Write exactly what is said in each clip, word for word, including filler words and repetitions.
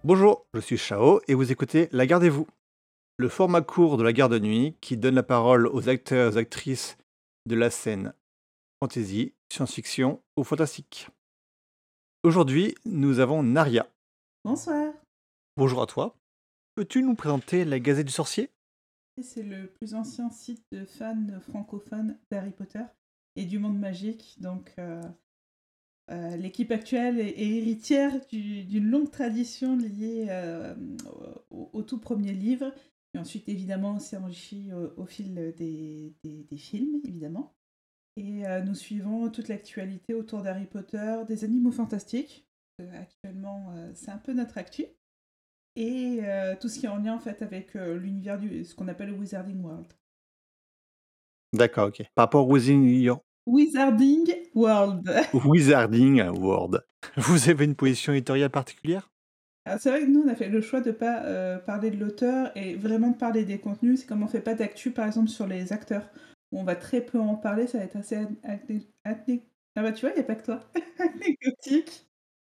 Bonjour, je suis Chao et vous écoutez La Gardez-vous, le format court de la garde de nuit qui donne la parole aux acteurs et aux actrices de la scène fantasy, science-fiction ou fantastique. Aujourd'hui, nous avons Naria. Bonsoir. Bonjour à toi. Peux-tu nous présenter la Gazette du Sorcier? C'est le plus ancien site de fans francophones d'Harry Potter et du monde magique. Donc, euh, euh, l'équipe actuelle est, est héritière du- d'une longue tradition liée euh, au, au tout premier livre. Et ensuite, évidemment, s'est enrichi au, au fil des, des- des films, évidemment. Et euh, nous suivons toute l'actualité autour d'Harry Potter, des animaux fantastiques. Euh, actuellement, euh, c'est un peu notre actu. Et euh, tout ce qui est en lien en fait avec euh, l'univers du ce qu'on appelle le Wizarding World. D'accord, ok. Par rapport au Wizarding Wizarding World. Wizarding World, vous avez une position éditoriale particulière? Alors c'est vrai que nous on a fait le choix de pas euh, parler de l'auteur et vraiment de parler des contenus. C'est comme on fait pas d'actu par exemple sur les acteurs. Où on va très peu en parler, ça va être assez an- ané- ané- ah bah tu vois, il n'y a pas que toi. Anecdotique.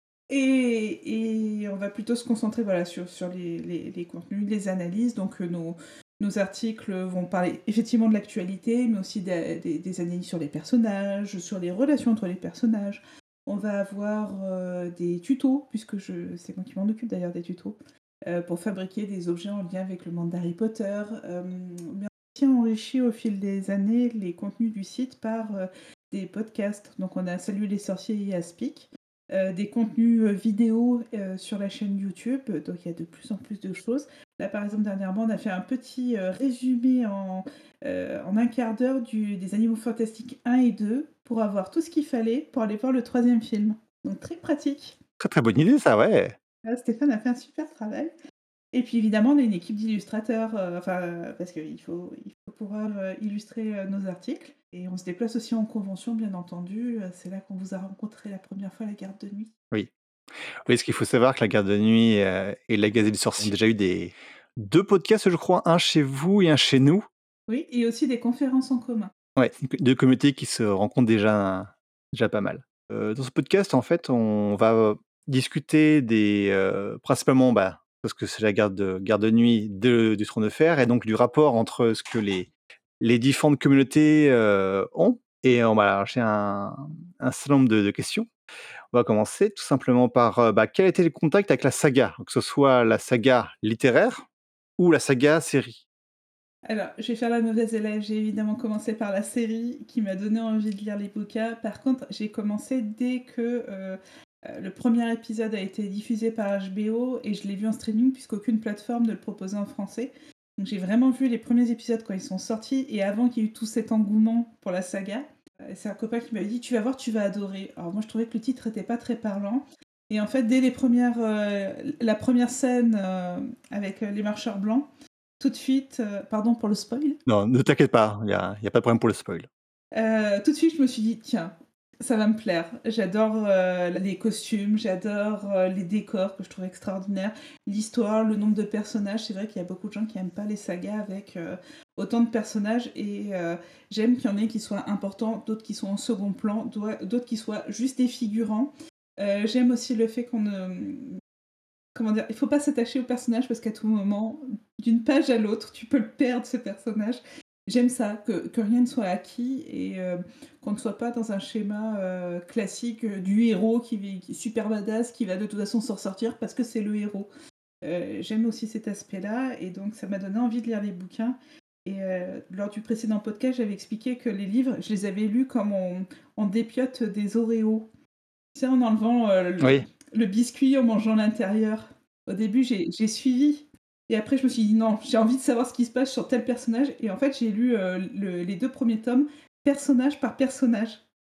Et, et on va plutôt se concentrer voilà, sur, sur les, les- les contenus, les analyses. Donc euh, nos, nos articles vont parler effectivement de l'actualité, mais aussi des, des- des analyses sur les personnages, sur les relations entre les personnages. On va avoir euh, des tutos, puisque je, c'est moi qui m'en occupe d'ailleurs des tutos, euh, pour fabriquer des objets en lien avec le monde d'Harry Potter. Euh, mais on a aussi enrichi au fil des années les contenus du site par euh, des podcasts. Donc on a Salut les sorciers et Aspic, euh, des contenus euh, vidéo euh, sur la chaîne YouTube, donc il y a de plus en plus de choses. Là, par exemple, dernièrement, on a fait un petit euh, résumé en, euh, en un quart d'heure du- des Animaux Fantastiques un et deux pour avoir tout ce qu'il fallait pour aller voir le troisième film. Donc très pratique. Très très bonne idée ça, ouais. Là, Stéphane a fait un super travail. Et puis évidemment, on a une équipe d'illustrateurs, euh, enfin, euh, parce qu'il faut, il faut pouvoir euh, illustrer euh, nos articles. Et on se déplace aussi en convention, bien entendu. Euh, C'est là qu'on vous a rencontré la première fois à la garde de nuit. Oui. Oui, ce qu'il faut savoir que la garde de nuit euh, et la Gazette du Sorcier ont déjà eu des deux podcasts, je crois, un chez vous et un chez nous. Oui, et aussi des conférences en commun. Ouais, deux communautés qui se rencontrent déjà déjà pas mal. Heu, dans ce podcast, en fait, on va, heu, discuter des, heu, principalement, bah, parce que c'est la garde de garde de nuit de du Trône de Fer et donc du rapport entre ce que les les différentes communautés, heu, ont et on va chercher un un certain nombre de de questions. On va commencer tout simplement par, heu, bah, quel a été le contact avec la saga? Que ce soit la saga littéraire ou la saga série? Alors, je vais faire la mauvaise élève. J'ai évidemment commencé par la série qui m'a donné envie de lire les bouquins. Par contre, j'ai commencé dès que euh, euh, le premier épisode a été diffusé par H B O et je l'ai vu en streaming puisqu'aucune plateforme ne le proposait en français. Donc j'ai vraiment vu les premiers épisodes quand ils sont sortis et avant qu'il y ait eu tout cet engouement pour la saga. Euh, C'est un copain qui m'avait dit tu vas voir, tu vas adorer. Alors moi je trouvais que le titre était pas très parlant. Et en fait, dès les premières, euh, la première scène euh, avec euh, les marcheurs blancs, tout de suite, euh, pardon pour le spoil, Non, ne t'inquiète pas, il y a il y a pas de problème pour le spoil. euh, tout de suite je me suis dit, tiens, ça va me plaire. J'adore euh, les costumes, j'adore euh, les décors que je trouve extraordinaires, l'histoire, le nombre de personnages. C'est vrai qu'il y a beaucoup de gens qui n'aiment pas les sagas avec euh, autant de personnages et euh, j'aime qu'il y en ait qui soient importants, d'autres qui sont en second plan, d'autres qui soient juste des figurants. Euh, j'aime aussi le fait qu'on ne... Comment dire, il faut pas s'attacher au personnage parce qu'à tout moment, d'une page à l'autre, tu peux le perdre ce personnage. J'aime ça, que, que rien ne soit acquis et euh, qu'on ne soit pas dans un schéma euh, classique euh, du héros qui, vit- qui est super badass, qui va de toute façon s'en sortir parce que c'est le héros. Euh, J'aime aussi cet aspect-là et donc ça m'a donné envie de lire les bouquins. Et euh, lors du précédent podcast, j'avais expliqué que les livres, je les avais lus comme on, on dépiote des Oreos. Tu sais, en enlevant euh, le, Oui. le biscuit, en mangeant l'intérieur. Au début, j'ai j'ai suivi. Et après, je me suis dit, non, j'ai envie de savoir ce qui se passe sur tel personnage. Et en fait, j'ai lu euh, le- les deux premiers tomes, personnage par personnage.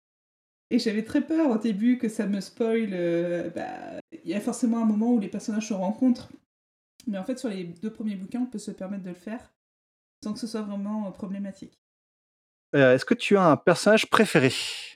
Et j'avais très peur au début que ça me spoil. euh, bah, Il y a forcément un moment où les personnages se rencontrent. Mais en fait, sur les deux premiers bouquins, on peut se permettre de le faire sans que ce soit vraiment euh, problématique. Heu, est-ce que tu as un personnage préféré?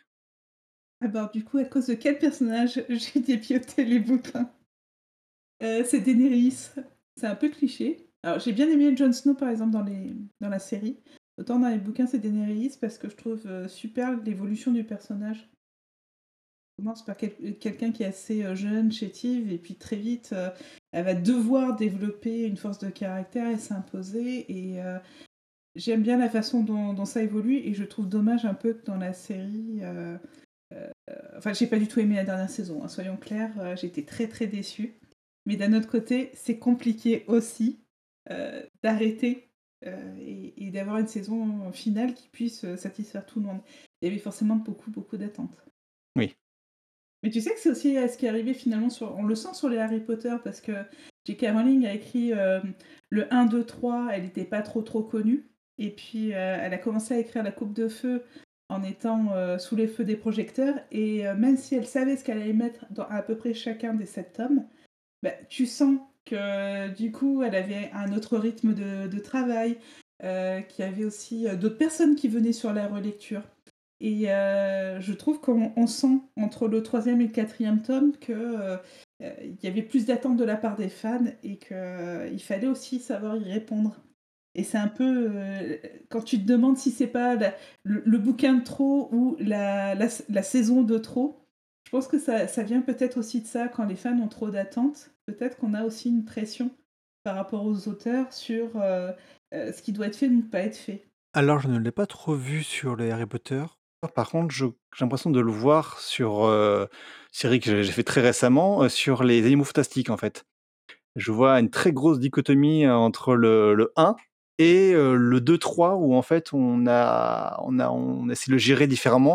Alors, du coup, à cause de quel personnage j'ai dépioté les bouquins? Euh, c'est Daenerys. C'est un peu cliché. Alors, j'ai bien aimé Jon Snow, par exemple, dans, les... dans la série. Autant dans les bouquins, c'est Daenerys, parce que je trouve euh, super l'évolution du personnage. On commence par quel- quelqu'un qui est assez euh, jeune, chétive, et puis très vite, euh, elle va devoir développer une force de caractère et s'imposer et heu, j'aime bien la façon dont dont ça évolue et je trouve dommage un peu que dans la série, heu heu, enfin j'ai pas du tout aimé la dernière saison, hein, soyons clairs, heu, j'ai été très, très déçue. Mais d'un autre côté, c'est compliqué aussi, heu, d'arrêter, heu et et d'avoir une saison finale qui puisse, heu, satisfaire tout le monde. Il y avait forcément beaucoup, beaucoup d'attentes. Oui. Mais tu sais que c'est aussi, heu, ce qui est arrivé finalement sur on le sent sur les Harry Potter parce que J K Rowling a écrit, hem, le un, deux, trois, elle était pas trop, trop connue et puis, heu, elle a commencé à écrire La Coupe de Feu en étant, heu, sous les feux des projecteurs et heu, même si elle savait ce qu'elle allait mettre dans à peu près chacun des sept tomes, bah, tu sens que du coup, elle avait un autre rythme de de travail, heu, qu'il y avait aussi, heu, d'autres personnes qui venaient sur la relecture et heu, je trouve qu'on on sent entre le troisième et le quatrième tome que, heu heu, il y avait plus d'attentes de la part des fans et qu'il fallait aussi savoir y répondre et c'est un peu, heu, quand tu te demandes si c'est pas la le le bouquin de trop ou la la s la saison de trop, je pense que ça ça vient peut-être aussi de ça, quand les fans ont trop d'attentes, peut-être qu'on a aussi une pression par rapport aux auteurs sur, heu heu, ce qui doit être fait ou ne pas être fait. Alors je ne l'ai pas trop vu sur les Harry Potter. Par contre, je j'ai l'impression de le voir sur, heu, série que j'ai j'ai fait très récemment, heu, sur les Animaux Fantastiques, en fait. Je vois une très grosse dichotomie euh, entre le le un et heu, le deux trois où en fait on a on a on essaie de le gérer différemment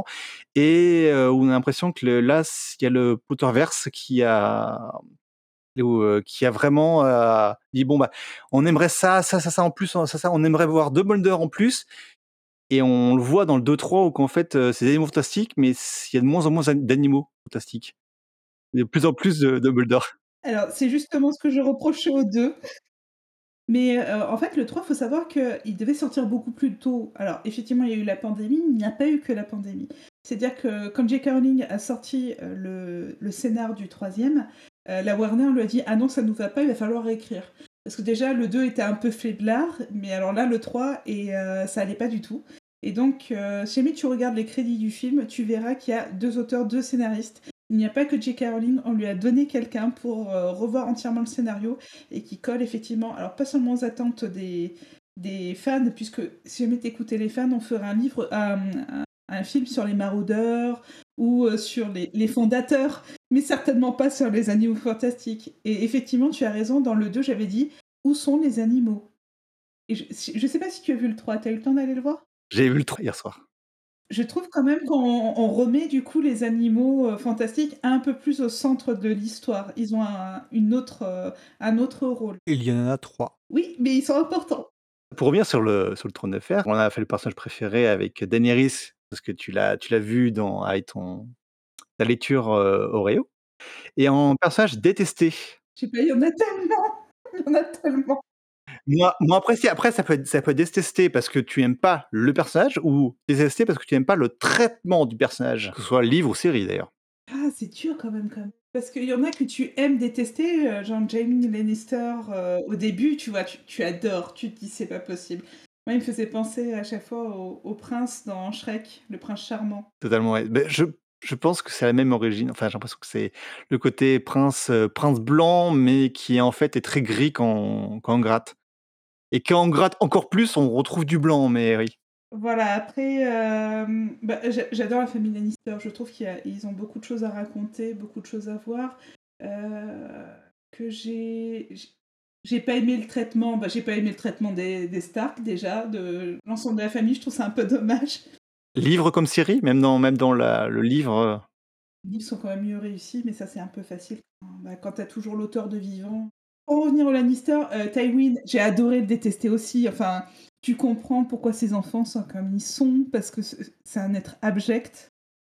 et heu, où on a l'impression que le là, s il y a le Potterverse qui a où, heu, qui a vraiment, heu, dit: «Bon, bah, on aimerait ça, ça, ça, ça en plus, ça, ça, on aimerait voir Dumbledore en plus» et on le voit dans le deux trois où qu'en fait, heu, c'est des animaux fantastiques, mais s il y a de moins en moins d'an d'animaux fantastiques. Il y a de plus en plus de Dumbledore. Alors, c'est justement ce que je reprochais aux deux. Mais, heu, en fait, le trois, faut savoir qu'il devait sortir beaucoup plus tôt. Alors, effectivement, il y a eu la pandémie, mais il n'y a pas eu que la pandémie. C'est-à-dire que quand J K Rowling a sorti, heu, le le scénar du troisième, e la Warner lui a dit: «Ah non, ça nous va pas, il va falloir réécrire». Parce que déjà le deux était un peu faiblard, mais alors là, le trois et heu, ça allait pas du tout. Et donc, heu, si jamais tu regardes les crédits du film, tu verras qu'il y a deux auteurs, deux scénaristes. Il n'y a pas que J K Rowling, on lui a donné quelqu'un pour, heu, revoir entièrement le scénario et qui colle effectivement, alors pas seulement aux attentes des, des fans, puisque si jamais t'écoutais les fans, on ferait un livre, un, un, un film sur les maraudeurs ou euh, sur les, les fondateurs, mais certainement pas sur les animaux fantastiques. Et effectivement, tu as raison, dans le deux, j'avais dit où sont les animaux. Et je, si- je sais pas si tu as vu le trois, t'as eu le temps d'aller le voir? J'ai vu le trois hier soir. Je trouve quand même qu'on on remet du coup les animaux euh, fantastiques un peu plus au centre de l'histoire. Ils ont un, une autre, euh, un autre rôle. Il y en a trois. Oui, mais ils sont importants. Pour revenir sur le sur le Trône de Fer, on a fait le personnage préféré avec Daenerys, parce que tu l'as tu l'as vu dans avec ton ta lecture, heu, Oreo et en personnage détesté. Je sais pas, il y en a tellement, il y en a tellement. Moi moi après si, après ça peut être ça peut être détesté parce que tu aimes pas le personnage ou détesté parce que tu aimes pas le traitement du personnage, que ce soit livre ou série d'ailleurs. Ah, c'est dur quand même, quand même. Parce qu'il y en a que tu aimes détester, heu, genre Jaime Lannister, heu, au début, tu vois, tu tu adores, tu te dis: «C'est pas possible». Moi, il me faisait penser à chaque fois au au prince dans Shrek, le prince charmant. Totalement, ouais. Beh, je je pense que c'est la même origine, enfin j'ai l'impression que c'est le côté prince, heu, prince blanc, mais qui en fait est très gris quand quand on gratte et quand on gratte encore plus, on retrouve du blanc, mais oui. Voilà, après, hem, bah, j'a j'adore la famille Lannister. Je trouve qu'il y a ils ont beaucoup de choses à raconter, beaucoup de choses à voir. Heu, que j'ai j j'ai pas aimé le traitement, bah, j'ai pas aimé le traitement des des Stark déjà, de l'ensemble de la famille, je trouve ça un peu dommage. Livre comme série, même dans même dans la le livre, heu, Les livres sont quand même mieux réussis, mais ça, c'est un peu facile quand, bah, quand tu as toujours l'auteur de vivant. Pour revenir aux Lannister, heu, Tywin, j'ai adoré le détester aussi. Enfin, tu comprends pourquoi ses enfants sont comme ils sont, parce que ce c'est un être abject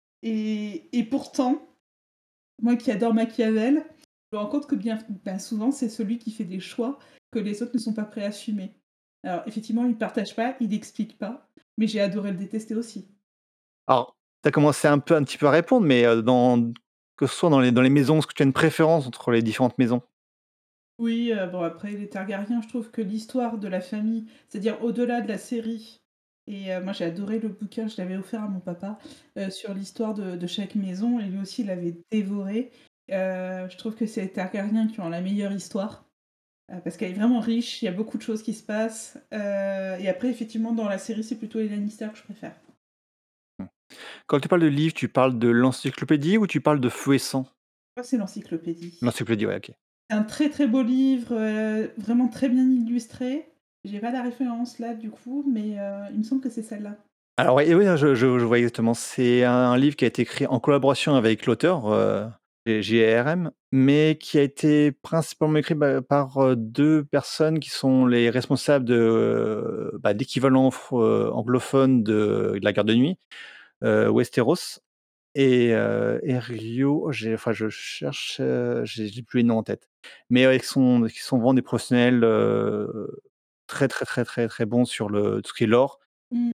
et et pourtant, moi qui adore Machiavel, je me rends compte que bien ben, souvent, c'est celui qui fait des choix que les autres ne sont pas prêts à assumer. Alors effectivement, il partage pas, il explique pas, mais j'ai adoré le détester aussi. alors tu as commencé un peu un petit peu à répondre, mais heu, dans que ce soit dans les dans les maisons, est-ce que tu as une préférence entre les différentes maisons? Oui, heu, bon après les Targaryens, je trouve que l'histoire de la famille, c'est-à-dire au-delà de la série et heu, moi j'ai adoré le bouquin, je l'avais offert à mon papa, heu, sur l'histoire de de chaque maison et lui aussi il l'avait dévoré Heu, je trouve que c'est les Targaryens qui ont la meilleure histoire, heu, parce qu'elle est vraiment riche, il y a beaucoup de choses qui se passent, heu et après effectivement dans la série, c'est plutôt les Lannister que je préfère. Mmh. Quand tu parles de livre, tu parles de l'encyclopédie ou tu parles de Feu et Sang? Moi, c'est l'encyclopédie. L'encyclopédie, ouais, OK. C'est un très, très beau livre, heu, vraiment très bien illustré. J'ai pas la référence là du coup, mais heu, il me semble que c'est celle-là. Alors oui, oui, je je je vois exactement. C'est un livre qui a été écrit en collaboration avec l'auteur, heu, et J R R M, mais qui a été principalement écrit, bah, par, heu, deux personnes qui sont les responsables de, heu, bah, d'équivalent fr heu, anglophone de de la Garde de Nuit, heu, Westeros et heu et Rio, j'ai enfin je cherche, heu, j'ai j'ai plus les noms en tête. Mais ouais, qui sont qui sont vraiment des professionnels, heu, très, très, très, très, très bons sur le tout ce qui est lore. Mmh.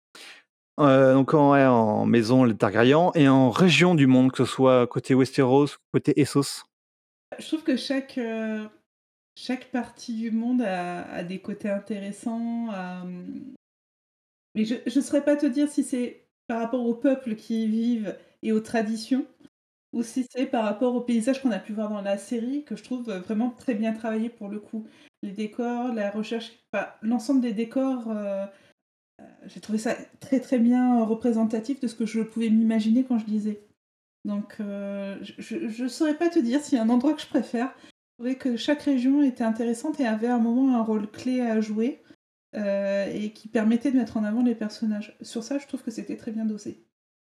Heu, donc en ouais, en maison, les Targaryens et en région du monde, que ce soit côté Westeros, côté Essos. Je trouve que chaque, heu, chaque partie du monde a a des côtés intéressants, hem, mais je je saurais pas te dire si c'est par rapport aux peuples qui y vivent et aux traditions ou si c'est par rapport aux paysages qu'on a pu voir dans la série que je trouve, heu, vraiment très bien travaillé pour le coup. Les décors, la recherche, enfin l'ensemble des décors, heu j'ai trouvé ça très, très bien représentatif de ce que je pouvais m'imaginer quand je lisais. Donc heu, je je saurais pas te dire s'il y a un endroit que je préfère. Je trouvais que chaque région était intéressante et avait à un moment un rôle clé à jouer, heu et qui permettait de mettre en avant les personnages. Sur ça, je trouve que c'était très bien dosé.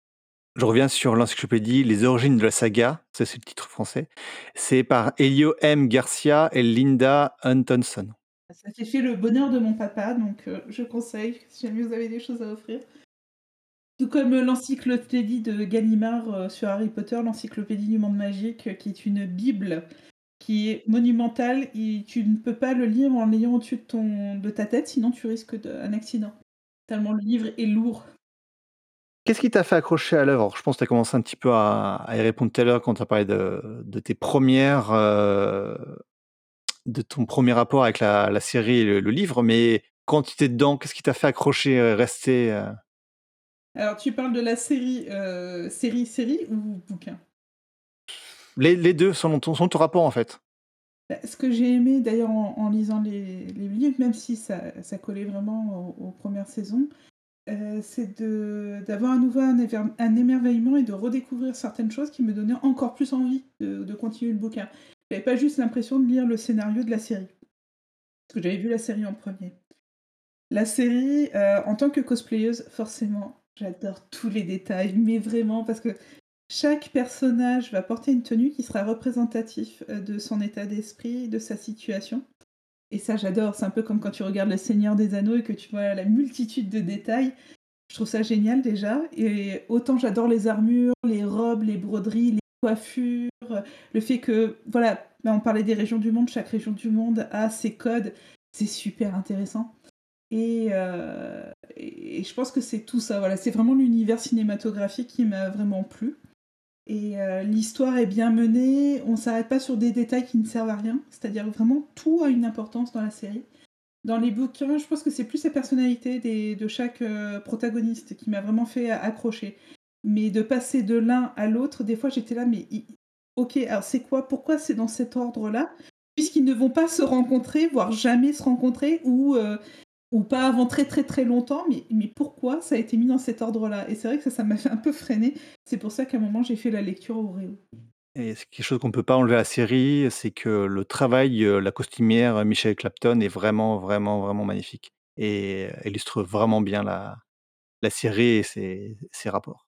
Je reviens sur l'encyclopédie Les origines de la saga, ça c'est le titre français. C'est par Elio M. Garcia et Linda Huntonson. Ça s'est fait le bonheur de mon papa, donc heu, je conseille si jamais vous avez des choses à offrir. Tout comme, heu, l'encyclopédie de Gallimard, heu, sur Harry Potter, l'encyclopédie du monde magique, heu, qui est une bible qui est monumentale et tu ne peux pas le lire en l'ayant au-dessus de ton de ta tête, sinon tu risques de un accident. Tellement le livre est lourd. Qu'est-ce qui t'a fait accrocher à l'œuvre? Alors je pense que tu as commencé un petit peu à à y répondre tout à l'heure quand tu as parlé de de tes premières, heu, de ton premier rapport avec la la série et le le livre, mais quand tu étais dedans, qu'est-ce qui t'a fait accrocher, heu, rester, heu? Alors tu parles de la série, heu, série, série ou bouquin? Les les deux selon ton selon ton rapport, en fait. Bah, ce que j'ai aimé d'ailleurs en en lisant les les livres, même si ça ça collait vraiment aux aux premières saisons, heu, c'est de d'avoir à nouveau un éver un émerveillement et de redécouvrir certaines choses qui me donnaient encore plus envie de de continuer le bouquin. J'avais pas juste l'impression de lire le scénario de la série, parce que j'avais vu la série en premier. La série, heu, en tant que cosplayeuse, forcément, j'adore tous les détails, mais vraiment parce que chaque personnage va porter une tenue qui sera représentatif, heu, de son état d'esprit, de sa situation et ça j'adore. C'est un peu comme quand tu regardes Le Seigneur des Anneaux et que tu vois la multitude de détails. Je trouve ça génial déjà et autant j'adore les armures, les robes, les broderies, les coiffures, heu, le fait que voilà, là on parlait des régions du monde, chaque région du monde a ses codes, c'est super intéressant. Et heu et je pense que c'est tout ça, voilà, c'est vraiment l'univers cinématographique qui m'a vraiment plu et heu, l'histoire est bien menée, on s'arrête pas sur des détails qui ne servent à rien, c'est-à-dire vraiment tout a une importance dans la série. Dans les bouquins, je pense que c'est plus la personnalité des de chaque, heu, protagoniste qui m'a vraiment fait accrocher. Mais de passer de l'un à l'autre, des fois j'étais là: «Mais i OK, alors c'est quoi? Pourquoi c'est dans cet ordre-là?» puisqu'ils ne vont pas se rencontrer, voire jamais se rencontrer ou heu ou pas avant très, très, très longtemps, mais mais pourquoi ça a été mis dans cet ordre-là? Et c'est vrai que ça, ça m'a fait un peu freiner. C'est pour ça qu'à un moment, j'ai fait la lecture au Oreo. Et c'est quelque chose qu'on peut pas enlever à la série, c'est que le travail, heu, la costumière, heu, Michelle Clapton est vraiment, vraiment, vraiment magnifique et heu, illustre vraiment bien la la série et ses ses rapports.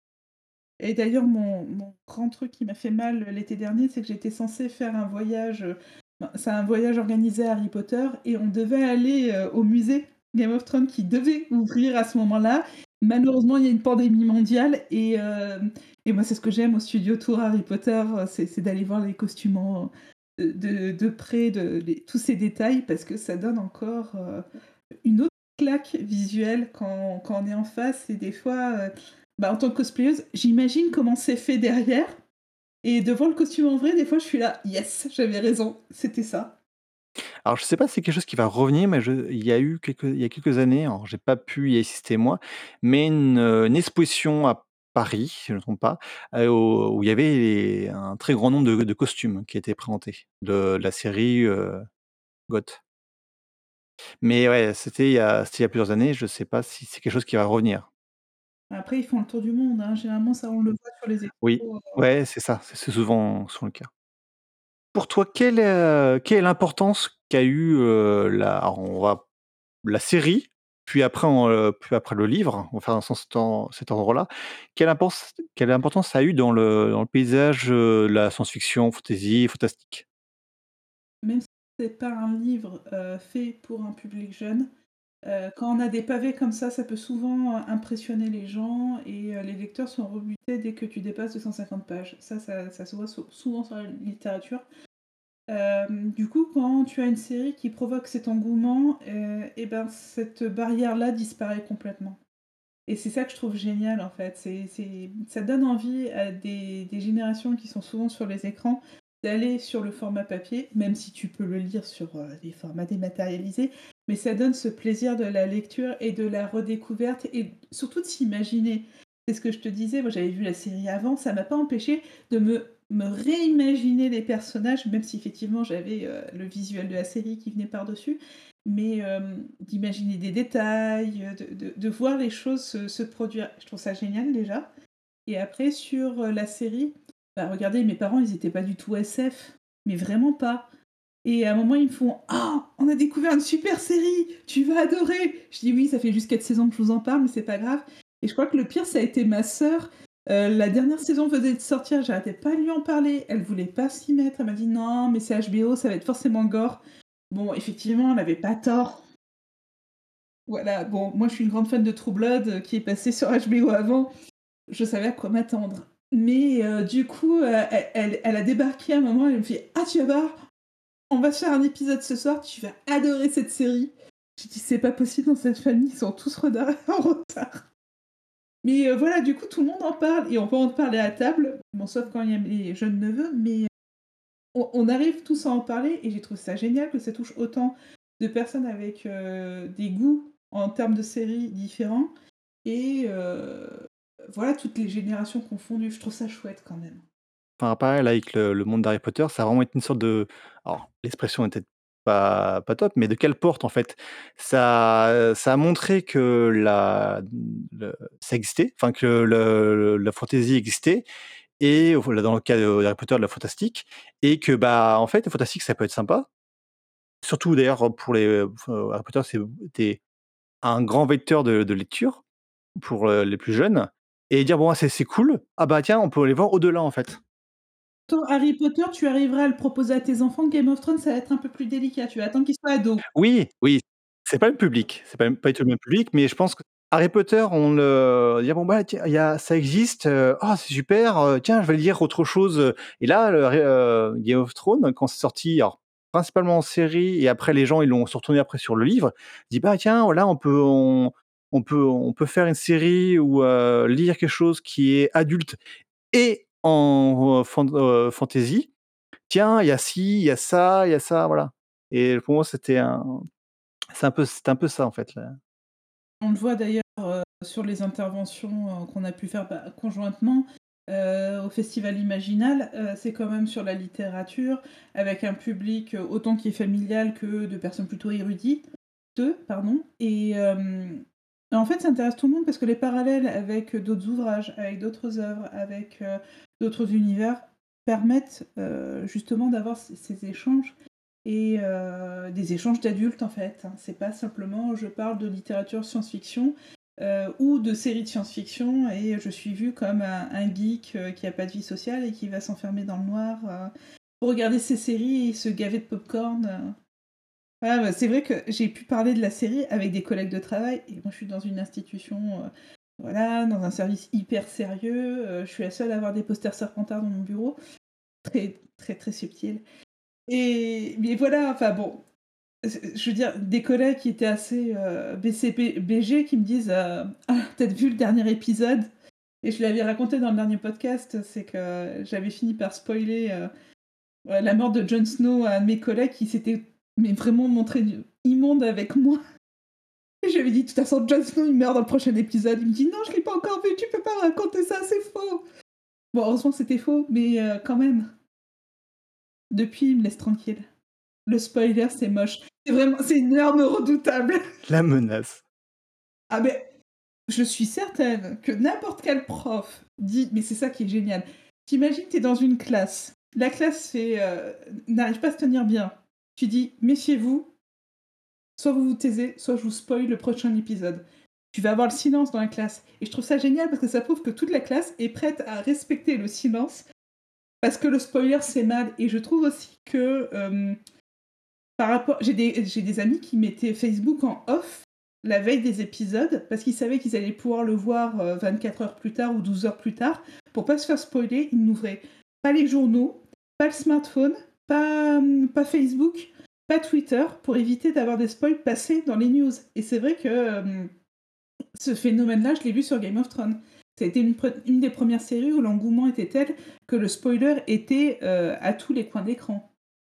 Et d'ailleurs, mon mon grand truc qui m'a fait mal, l'été dernier, c'est que j'étais censée faire un voyage, heu, ben, c'est un voyage organisé à Harry Potter et on devait aller, heu, au musée Game of Thrones qui devait ouvrir à ce moment-là. Malheureusement, il y a une pandémie mondiale et hem et moi, c'est ce que j'aime au studio tour Harry Potter, heu, c'est c'est d'aller voir les costumes en de de de près, de les tous ces détails parce que ça donne encore, heu, une autre claque visuelle quand quand on est en face et des fois, heu, bah, en tant que cosplayeuse, j'imagine comment c'est fait derrière et devant le costume en vrai, des fois, je suis là: «Yes, j'avais raison, c'était ça». Alors je sais pas si c'est quelque chose qui va revenir, mais je il y a eu quelques il y a quelques années, alors j'ai pas pu y assister moi, mais une, heu, une exposition à Paris, si je ne me trompe pas, heu, où où il y avait les un très grand nombre de de costumes qui étaient présentés de la série, heu, GOT. Mais ouais, c'était il y a c'était il y a plusieurs années, je sais pas si c'est quelque chose qui va revenir. Après, ils font le tour du monde, hein. Généralement, ça, on le voit sur les Oui, expos, heu ouais, c'est ça, c'est c'est souvent souvent le cas. Pour toi, quelle est, heu, quelle est l'importance qu'a eu, heu, la alors on va la série, puis après on, heu, puis après le livre, on va faire dans ce temps cet ordre-là. Quelle imporce quelle importance ça a eu dans le dans le paysage, heu, de la science-fiction, fantasy, fantastique? Même si c'est pas un livre, heu, fait pour un public jeune, heu, quand on a des pavés comme ça, ça peut souvent, heu, impressionner les gens et heu, les lecteurs sont rebutés dès que tu dépasses deux cent cinquante pages. Ça ça ça se voit sou souvent sur la littérature. Hem, du coup, quand tu as une série qui provoque cet engouement, heu et ben, cette barrière-là disparaît complètement et c'est ça que je trouve génial, en fait. C'est c'est ça donne envie à des des générations qui sont souvent sur les écrans d'aller sur le format papier, même si tu peux le lire sur, heu, des formats dématérialisés, mais ça donne ce plaisir de la lecture et de la redécouverte et surtout de s'imaginer. C'est ce que je te disais, moi j'avais vu la série avant, ça m'a pas empêché de me me réimaginer les personnages, même si effectivement j'avais, heu, le visuel de la série qui venait par-dessus, mais hem, d'imaginer des détails, heu, de de de voir les choses se se produire. Je trouve ça génial déjà et après sur, heu, la série, bah, regardez mes parents ils étaient pas du tout S F, mais vraiment pas et à un moment ils me font: «Ah! On a découvert une super série, tu vas adorer!» Je dis: «Oui, ça fait juste quatre saisons que je vous en parle, mais c'est pas grave» et je crois que le pire ça a été ma sœur, heu, la dernière saison venait de sortir, j'arrêtais pas de lui en parler, elle voulait pas s'y mettre, elle m'a dit: «Non, mais c'est H B O, ça va être forcément gore». Bon, effectivement, elle avait pas tort. Voilà, bon, moi je suis une grande fan de True Blood, heu, qui est passé sur H B O avant, je savais à quoi m'attendre. Mais heu, du coup, heu, elle elle elle a débarqué à un moment, elle me fait: «Ah tu vas voir, on va se faire un épisode ce soir, tu vas adorer cette série». J'ai dit: «C'est pas possible dans cette famille, ils sont tous reda en retard». Mais heu, voilà, du coup, tout le monde en parle et on peut en parler à table, bon sauf quand il y a mes jeunes neveux, mais on on arrive tous à en parler et j'ai trouvé ça génial que ça touche autant de personnes avec, heu, des goûts en termes de séries différents et heu, voilà, toutes les générations confondues. Je trouve ça chouette quand même. Enfin, pareil là avec le le monde d'Harry Potter, ça a vraiment été une sorte de alors l'expression est peut-être pas pas top, mais de cale porte en fait. Ça ça a montré que la le ça existait, enfin que le la fantaisie existait et voilà dans le cas de Harry Potter, de la fantastique et que, bah, en fait, le fantastique ça peut être sympa. Surtout d'ailleurs pour les, heu, enfin Harry Potter c'est était un grand vecteur de de lecture pour, heu, les plus jeunes et dire: «Bon, ah c'est c'est cool, ah bah tiens, on peut aller voir au-delà en fait». Toi, Harry Potter, tu arriverais à le proposer à tes enfants. Game of Thrones, ça va être un peu plus délicat, tu vas attendre qu'ils soient ados. Oui, oui, c'est pas le même public, c'est pas même pas du tout le même public, mais je pense que Harry Potter, on le dire: «Bon, bah, tiens, il y a ça existe, heu, ah c'est super, heu, tiens, je vais lire autre chose», heu et là, le Harry heu, Game of Thrones, quand c'est sorti, alors principalement en série et après les gens, ils l'ont se sont retournés après sur le livre, dit: «Bah, tiens, là, on peut on on peut on peut faire une série ou heu, lire quelque chose qui est adulte et en fan heu, fantasy. Tiens, il y a ci, il y a ça, il y a ça», voilà et pour moi, c'était un c'est un peu c'est un peu ça, en fait, là. On le voit d'ailleurs, heu, sur les interventions, heu, qu'on a pu faire, bah, conjointement, heu, au Festival Imaginal. Heu, c'est quand même sur la littérature, avec un public, heu, autant qui est familial que de personnes plutôt érudites te pardon et hem, en fait, ça intéresse tout le monde parce que les parallèles avec d'autres ouvrages, avec d'autres œuvres, avec, heu, d'autres univers permettent, heu, justement d'avoir ces ces échanges et heu, des échanges d'adultes, en fait, hein. C'est pas simplement je parle de littérature science-fiction, heu, ou de séries de science-fiction et je suis vu comme un un geek, heu, qui a pas de vie sociale et qui va s'enfermer dans le noir, heu, pour regarder ses séries et se gaver de popcorn, heu. Voilà, bah, c'est vrai que j'ai pu parler de la série avec des collègues de travail et moi je suis dans une institution, heu, voilà, dans un service hyper sérieux, heu, je suis la seule à avoir des posters Serpentard dans mon bureau, très, très, très subtil et mais voilà, enfin bon, je je veux dire des collègues qui étaient assez, heu, B C P B G qui me disent, heu: «Ah, tu as vu le dernier épisode?» et je l'avais raconté dans le dernier podcast, c'est que j'avais fini par spoiler, heu, ouais, la mort de Jon Snow à un de mes collègues qui s'était mais vraiment montré du immonde avec moi. Et je lui ai dit: «De toute façon, Jon Snow, il meurt dans le prochain épisode». Il me dit: «Non, je l'ai pas encore vu, tu peux pas me raconter ça, c'est faux». Bon, heureusement, c'était faux, mais heu, quand même. Depuis, il me laisse tranquille. Le spoiler, c'est moche. C'est vraiment c'est une arme redoutable. La menace. Ah mais je suis certaine que n'importe quel prof dit mais c'est ça qui est génial. Tu imagines, tu es dans une classe, la classe fait, heu, n'arrive pas à se tenir bien. Tu dis: «Méfiez-vous, soit vous vous taisez, soit je vous spoil le prochain épisode». Tu vas avoir le silence dans la classe et je trouve ça génial parce que ça prouve que toute la classe est prête à respecter le silence parce que le spoiler, c'est mal et je trouve aussi que, hem, par rapport j'ai des j'ai des amis qui mettaient Facebook en off la veille des épisodes parce qu'ils savaient qu'ils allaient pouvoir le voir, heu, vingt-quatre heures plus tard ou douze heures plus tard. Pour pas se faire spoiler, ils n'ouvraient pas les journaux, pas le smartphone, pas, mmh, pas Facebook, pas Twitter pour éviter d'avoir des spoils passés dans les news et c'est vrai que, hem, ce phénomène-là, je l'ai vu sur Game of Thrones. Ça a été une pre une des premières séries où l'engouement était tel que le spoiler était, heu, à tous les coins d'écran.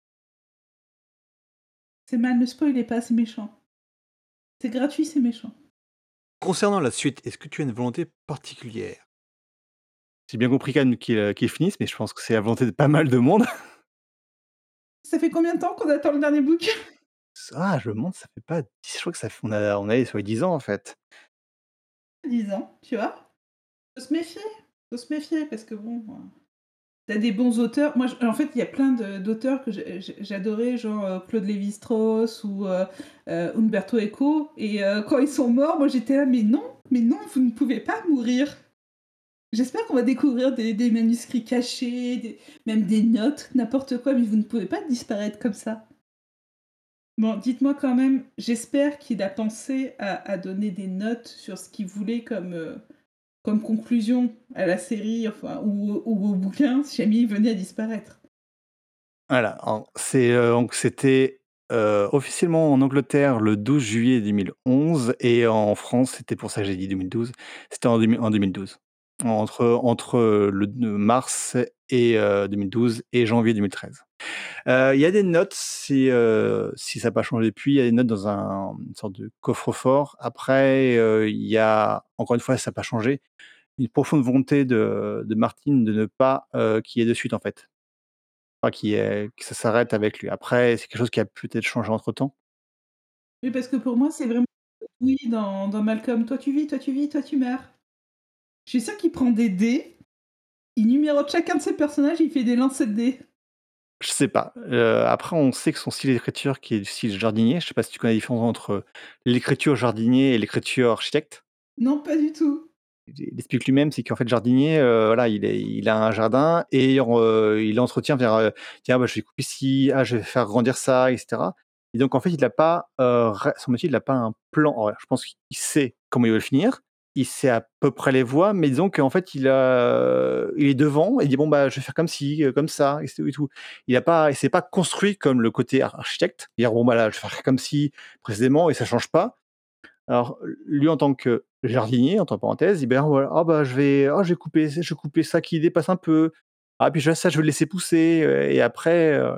C'est mal, ne spoilez pas, c'est méchant. C'est gratuit, c'est méchant. Concernant la suite, est-ce que tu as une volonté particulière? J'ai bien compris quand même qu'il, heu, qu'il finisse, mais je pense que c'est la volonté de pas mal de monde. Ça fait combien de temps qu'on attend le dernier book? Ah, je me demande, ça fait pas dix je crois que ça fait on a on est sur les dix ans, en fait. dix ans, tu vois? Faut se méfier, faut se méfier parce que bon, heu, tu des bons auteurs. Moi, j en fait, il y a plein de d'auteurs que j'ai j'ai j'adorais, genre, heu, Claude Lévi-Strauss ou heu heu, Umberto Eco et heu, quand ils sont morts, moi, j'étais là: «Mais non, mais non, vous ne pouvez pas mourir». J'espère qu'on va découvrir des des manuscrits cachés, des même des notes, n'importe quoi, mais vous ne pouvez pas disparaître comme ça. Bon, dites-moi quand même, j'espère qu'il a pensé à à donner des notes sur ce qu'il voulait comme, heu, comme conclusion à la série, enfin ou au ou au bouquin, si jamais il venait à disparaître. Voilà, en c'est, heu, donc c'était, heu, officiellement en Angleterre le douze juillet deux mille onze et en France, c'était pour ça que j'ai dit deux mille douze, c'était en deux mille en deux mille douze. Entre entre, heu, le d mars et heu, deux mille douze et janvier deux mille treize. Heu, il y a des notes si, heu, si ça n'a pas changé depuis, il y a des notes dans un une sorte de coffre-fort. Après, heu, il y a encore une fois, ça n'a pas changé, une profonde volonté de de Martin de ne pas, heu, qu'il y ait de suite, en fait. Pas qu'il y ait que ça s'arrête avec lui. Après, c'est quelque chose qui a peut-être changé entre temps. Oui, parce que pour moi, c'est vraiment oui, dans dans Malcolm: «Toi tu vis, toi tu vis, toi tu meurs». Je suis sûre qu'il prend des dés, il numérote chacun de ses personnages et il fait des lancers de dés. Je sais pas, heu, après on sait que son style d'écriture qui est du style jardinier, je sais pas si tu connais la différence entre l'écriture jardinier et l'écriture architecte? Non, pas du tout. Il explique lui-même, c'est qu'en fait jardinier, heu, voilà, il est il a un jardin et heu, il l'entretient vers, heu, tiens, bah, je vais couper ci, ah, je vais faire grandir ça et cetera et donc en fait, il a pas, heu, ré son métier, il a pas un plan. Ouais, je pense qu'il sait comment il veut le finir, il sait à peu près les voies, mais disons qu'en fait, il a il est devant et il dit: «Bon, bah, je vais faire comme ci, heu, comme ça» et c'est et tout. Il a pas il s'est pas construit comme le côté ar architecte, dire: «Bon, bah, là, je vais faire comme ci précisément et ça change pas». Alors, lui, en tant que jardinier, entre parenthèses, il ben, voilà: «Ah bah, je vais ah je vais couper je vais couper ça qui dépasse un peu. Ah puis je ça, je vais le laisser pousser, heu et après, heu»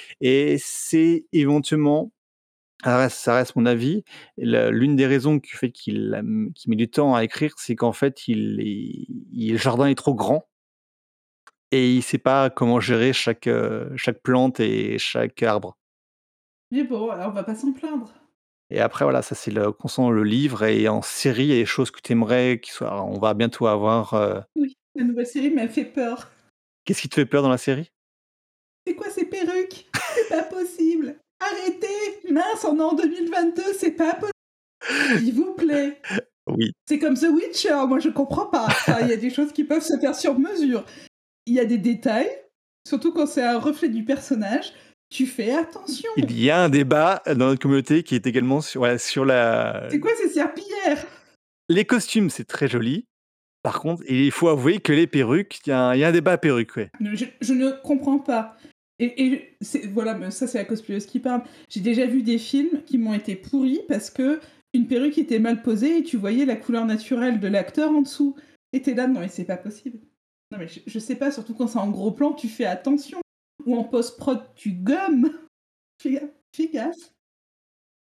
et c'est éventuellement, ça reste ça reste mon avis, le l'une des raisons qui fait qu'il a m qu'il met du temps à écrire, c'est qu'en fait, il est il le jardin est trop grand et il sait pas comment gérer chaque, heu, chaque plante et chaque arbre. Mais bon, alors on va pas s'en plaindre. Et après voilà, ça c'est le concernant le livre et en série, il y a des choses que tu aimerais qui soient on va bientôt avoir, heu Oui, la nouvelle série m'a fait peur. qu'est-ce qui te fait peur dans la série? C'est quoi ces perruques? C'est pas possible! Arrêtez! Mince, on est en deux mille vingt-deux, c'est pas possible, s'il vous plaît! Oui, C'est comme The Witcher, moi je comprends pas. Enfin, il y a des choses qui peuvent se faire sur mesure. Il y a des détails, surtout quand c'est un reflet du personnage, tu fais attention. il y a un débat dans notre communauté qui est également sur, voilà, sur la C'est quoi ces serpillères? les costumes, c'est très joli. Par contre, il faut avouer que les perruques, il y a un il y a un débat perruques, ouais. Ne je je ne comprends pas et et c'est voilà, mais ça c'est la cosplayeuse qui parle. J'ai déjà vu des films qui m'ont été pourris parce qu'une perruque était mal posée et tu voyais la couleur naturelle de l'acteur en dessous et tu es là: «Non mais c'est pas possible». Non mais je je sais pas, surtout quand c'est en gros plan, tu fais attention ou en post prod, tu gommes. Fais gaffe, fais gaffe.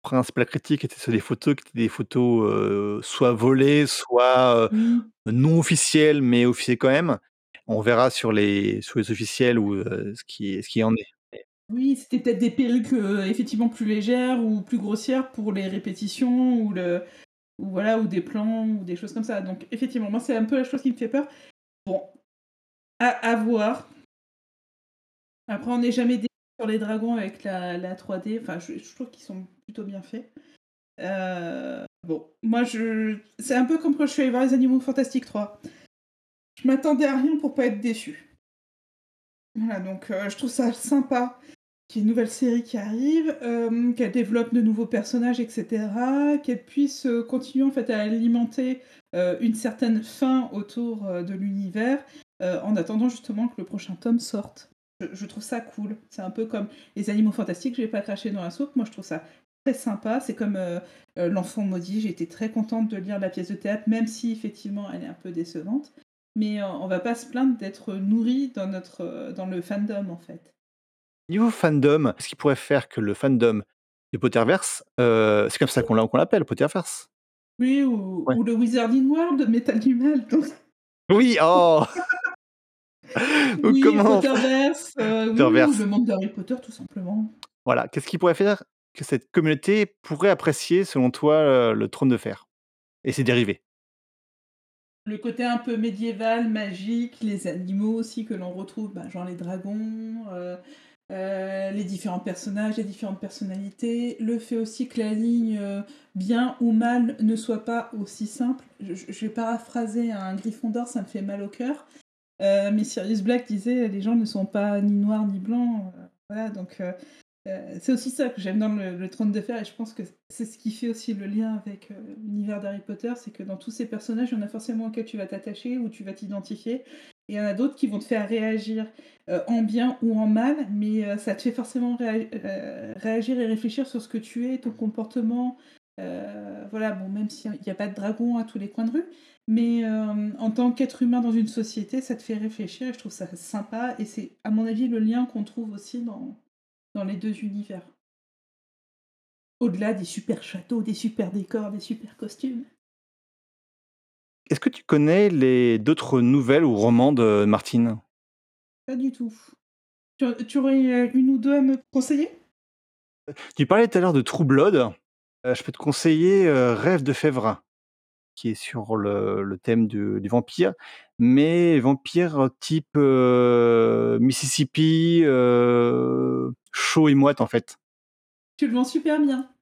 principale critique était sur les photos qui étaient des photos, heu, soit volées, soit, Oui. heu, non officielles, mais officielles quand même. On verra sur les sur les officiels où, heu, ce qui ce qui en est. Mais Oui, c'était peut-être des perruques, heu, effectivement plus légères ou plus grossières pour les répétitions ou le ou voilà, ou des plans ou des choses comme ça. Donc effectivement, moi, c'est un peu la chose qui me fait peur. Bon, à à voir. Après, on n'est jamais déçu sur les dragons avec la la trois D. Enfin, je je trouve qu'ils sont plutôt bien faits. Heu, bon, moi, je c'est un peu comme quand je suis allée voir Les Animaux Fantastiques trois. Je m'attendais à rien pour pas être déçue. Voilà, donc heu, je trouve ça sympa qu'il y ait une nouvelle série qui arrive, hem, qu'elle développe de nouveaux personnages et cetera, qu'elle puisse, heu, continuer en fait à alimenter, heu, une certaine fin autour, heu, de l'univers, heu, en attendant justement que le prochain tome sorte. Je je trouve ça cool. C'est un peu comme Les Animaux Fantastiques, je vais pas cracher dans la soupe, moi je trouve ça très sympa. C'est comme, heu heu, L'Enfant Maudit, j'ai été très contente de lire la pièce de théâtre, même si effectivement elle est un peu décevante. Mais, heu, on va pas se plaindre d'être nourri dans notre, heu, dans le fandom en fait. niveau fandom, ce qui pourrait faire que le fandom du Potterverse, heu, c'est comme ça qu'on l'a qu'on l'appelle, Potterverse? Oui, ou Ouais. ou le Wizarding World de Metal du Mal, donc Oui! Oh! Donc oui, comment on fait Potterverse, heu, oui, oui, ou Potterverse? le monde d'Harry Potter tout simplement. Voilà, qu'est-ce qui pourrait faire que cette communauté pourrait apprécier selon toi, heu, le Trône de Fer et ses dérivés? Le côté un peu médiéval, magique, les animaux aussi que l'on retrouve, bah, genre les dragons, heu heu, les différents personnages, les différentes personnalités. Le fait aussi que la ligne, heu, bien ou mal ne soit pas aussi simple. Je je je vais paraphraser un Gryffondor, ça me fait mal au cœur, heu, mais Sirius Black disait: «Les gens ne sont pas ni noirs ni blancs», heu, voilà donc heu Heu, c'est aussi ça que j'aime dans le le Trône de Fer et je pense que c'est ce qui fait aussi le lien avec, heu, l'univers d'Harry Potter, c'est que dans tous ces personnages, il y en a forcément auxquels tu vas t'attacher ou tu vas t'identifier et il y en a d'autres qui vont te faire réagir, heu, en bien ou en mal, mais heu, ça te fait forcément réa heu, réagir et réfléchir sur ce que tu es, ton comportement, heu, voilà, bon, même s'il y a pas de dragon à tous les coins de rue, mais hem, en tant qu'être humain dans une société, ça te fait réfléchir et je trouve ça sympa et c'est, à mon avis, le lien qu'on trouve aussi dans dans les deux univers. Au-delà des super châteaux, des super décors, des super costumes. Est-ce que tu connais les d'autres nouvelles ou romans de Martine? Pas du tout. Tu au tu aurais, heu, une ou deux à me conseiller? Tu parlais tout à l'heure de True Blood, heu, je peux te conseiller, heu, Rêve de Fèvre, qui est sur le le thème du du vampire, mais vampire type, heu, Mississippi, heu, chaud et moite, en fait. Tu le vends super bien.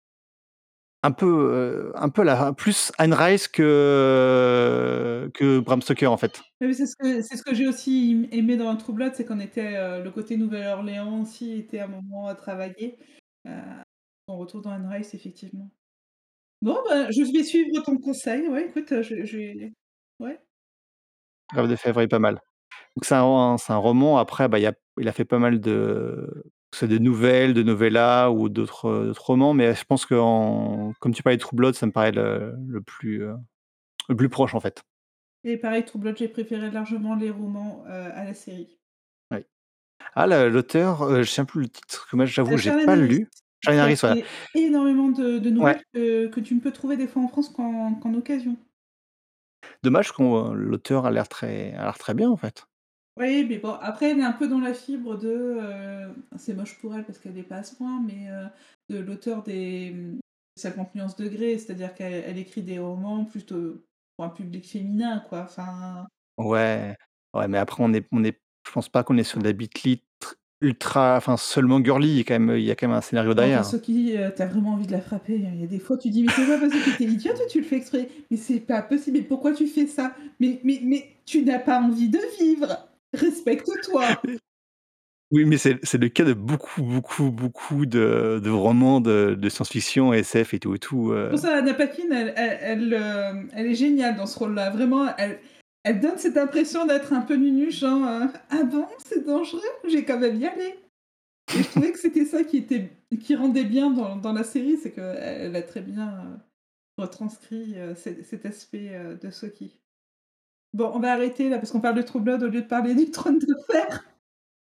Un peu, heu, un peu la plus Anne Rice que que Bram Stoker, en fait. Oui, c'est ce que c'est ce que j'ai aussi im aimé dans True Blood, c'est qu'on était, heu, le côté Nouvelle-Orléans aussi était un moment à travailler. Heu, on retrouve dans Anne Rice effectivement. Bon, bah, je vais suivre ton conseil, ouais, écoute, heu, je je vais ouais. Rêve de Fèvre est pas mal. Donc c'est un c'est un roman, après, bah, il y a il a fait pas mal de c'est des nouvelles, de novellas ou d'autres, heu, d'autres romans, mais je pense qu'en comme tu parlais de True Blood, ça me paraît le le plus, heu, le plus proche, en fait. Et pareil, True Blood, j'ai préféré largement les romans, heu, à la série. Oui. Ah, le l'auteur, heu, je ne sais plus le titre, que moi j'avoue, Heu, j'ai Charles pas Harris, lu. Charles qui a Harris, voilà. fait énormément de de Ouais, nouvelles que que tu ne peux trouver des fois en France qu'en qu'en occasion. dommage qu'on l'auteur a l'air très a l'air très bien, en fait. Oui, mais bon, après elle est un peu dans la fibre de, heu, c'est moche pour elle parce qu'elle est pas à ce point, mais heu, de l'auteur des, mmh, cinquante nuances de grey, c'est-à-dire qu'elle elle écrit des romans plutôt pour un public féminin, quoi, enfin Ouais, ouais, mais après on est on est je pense pas qu'on est sur de la beat ultra enfin seulement girly, il y a quand même il y a quand même un scénario bon, enfin, derrière. Sophie, heu, tu as vraiment envie de la frapper. Il y a des fois, tu dis: «Mais c'est pas possible, mais tu es idiote ou tu le fais exprès? Mais c'est pas possible, mais pourquoi tu fais ça? Mais mais mais tu n'as pas envie de vivre! Respecte-toi!» Oui, mais c'est c'est le cas de beaucoup, beaucoup, beaucoup de de romans de de science-fiction, S F et tout et tout, heu. Pour ça, Anna Paquin, elle elle elle, hem, elle est géniale dans ce rôle-là. Vraiment, elle elle donne cette impression d'être un peu nunuche, genre, heu: «Ah bon, c'est dangereux? Je vais quand même y aller» et je trouvais que c'était ça qui était qui rendait bien dans dans la série, c'est qu'elle elle a très bien, heu, retranscrit, heu, cet cet aspect, heu, de Sookie. Bon, on va arrêter là parce qu'on parle de True Blood au lieu de parler du Trône de Fer.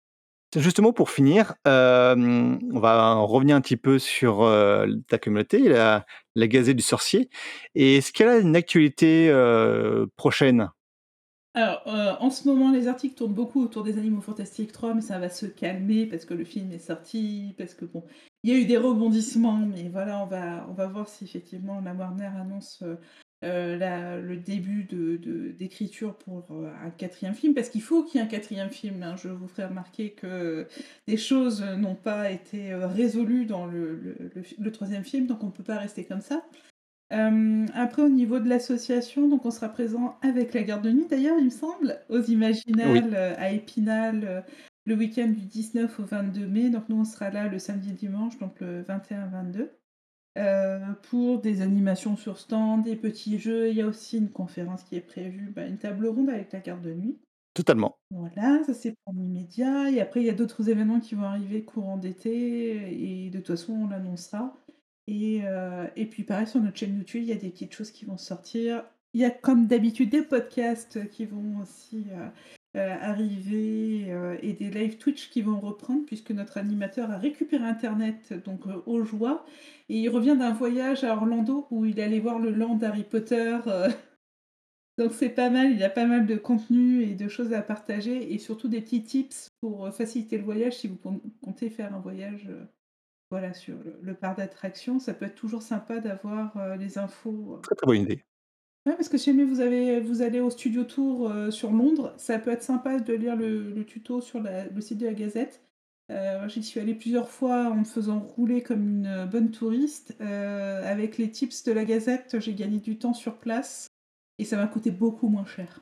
Justement pour finir, hem, on va revenir un petit peu sur, heu, ta communauté, la la Gazette du Sorcier. Et est-ce qu'elle a une actualité, heu, prochaine? Alors, heu, en ce moment, les articles tournent beaucoup autour des Animaux Fantastiques trois, mais ça va se calmer parce que le film est sorti, parce que bon, il y a eu des rebondissements, mais voilà, on va on va voir si effectivement la Warner annonce, heu heu, la le début de de d'écriture pour, heu, un quatrième film. Parce qu'il faut qu'il y ait un quatrième film, hein. Je vous ferai remarquer que des choses n'ont pas été, heu, résolues dans le le le f le troisième film, donc on peut pas rester comme ça. Hem, après au niveau de l'association, donc on sera présent avec la Garde de Nuit d'ailleurs, il me semble, aux Oui, Imaginales, heu, à Épinal, heu, le week-end du dix-neuf au vingt-deux mai. Donc nous, on sera là le samedi et dimanche, donc le vingt et un vingt-deux, heu, pour des animations sur stand, des petits jeux. Il y a aussi une conférence qui est prévue, bah, une table ronde avec la Garde de Nuit. totalement. Voilà, ça c'est pour l'immédiat et après il y a d'autres événements qui vont arriver courant d'été et de toute façon on l'annoncera et heu et puis pareil sur notre chaîne YouTube, il y a des petites choses qui vont sortir. Il y a comme d'habitude des podcasts qui vont aussi, heu heu, arriver, heu et des live Twitch qui vont reprendre puisque notre animateur a récupéré internet donc heu, aux joies et il revient d'un voyage à Orlando où il est allé voir le land Harry Potter, heu donc c'est pas mal, il y a pas mal de contenu et de choses à partager et surtout des petits tips pour, heu, faciliter le voyage si vous com comptez faire un voyage, heu, voilà, sur le le parc d'attractions. Ça peut être toujours sympa d'avoir, heu, les infos, heu Très, très bonne idée. ouais, parce que si jamais vous avez vous allez au studio tour, heu, sur Londres, ça peut être sympa de lire le le tuto sur la le site de la Gazette. Heu, moi j'y suis allée plusieurs fois en me faisant rouler comme une, heu, bonne touriste. Heu, avec les tips de la Gazette, j'ai gagné du temps sur place et ça m'a coûté beaucoup moins cher.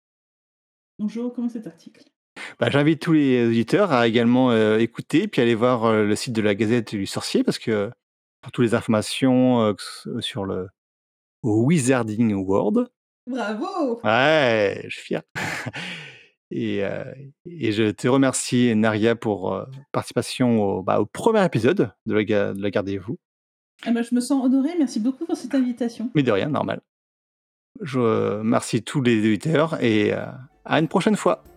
Donc je recommande cet article. Bah, j'invite tous les auditeurs à également, heu, écouter, puis aller voir, heu, le site de la Gazette du Sorcier parce que pour toutes les informations, heu, que ce sur le Wizarding World. Bravo! Ouais, je suis fier. Et heu et je te remercie Naria pour, heu, participation au, bah, au premier épisode de la ga de la Gardez-vous. Ah bah, je me sens honorée, merci beaucoup pour cette invitation. Mais de rien, normal. Je remercie tous les auditeurs et heu, à une prochaine fois.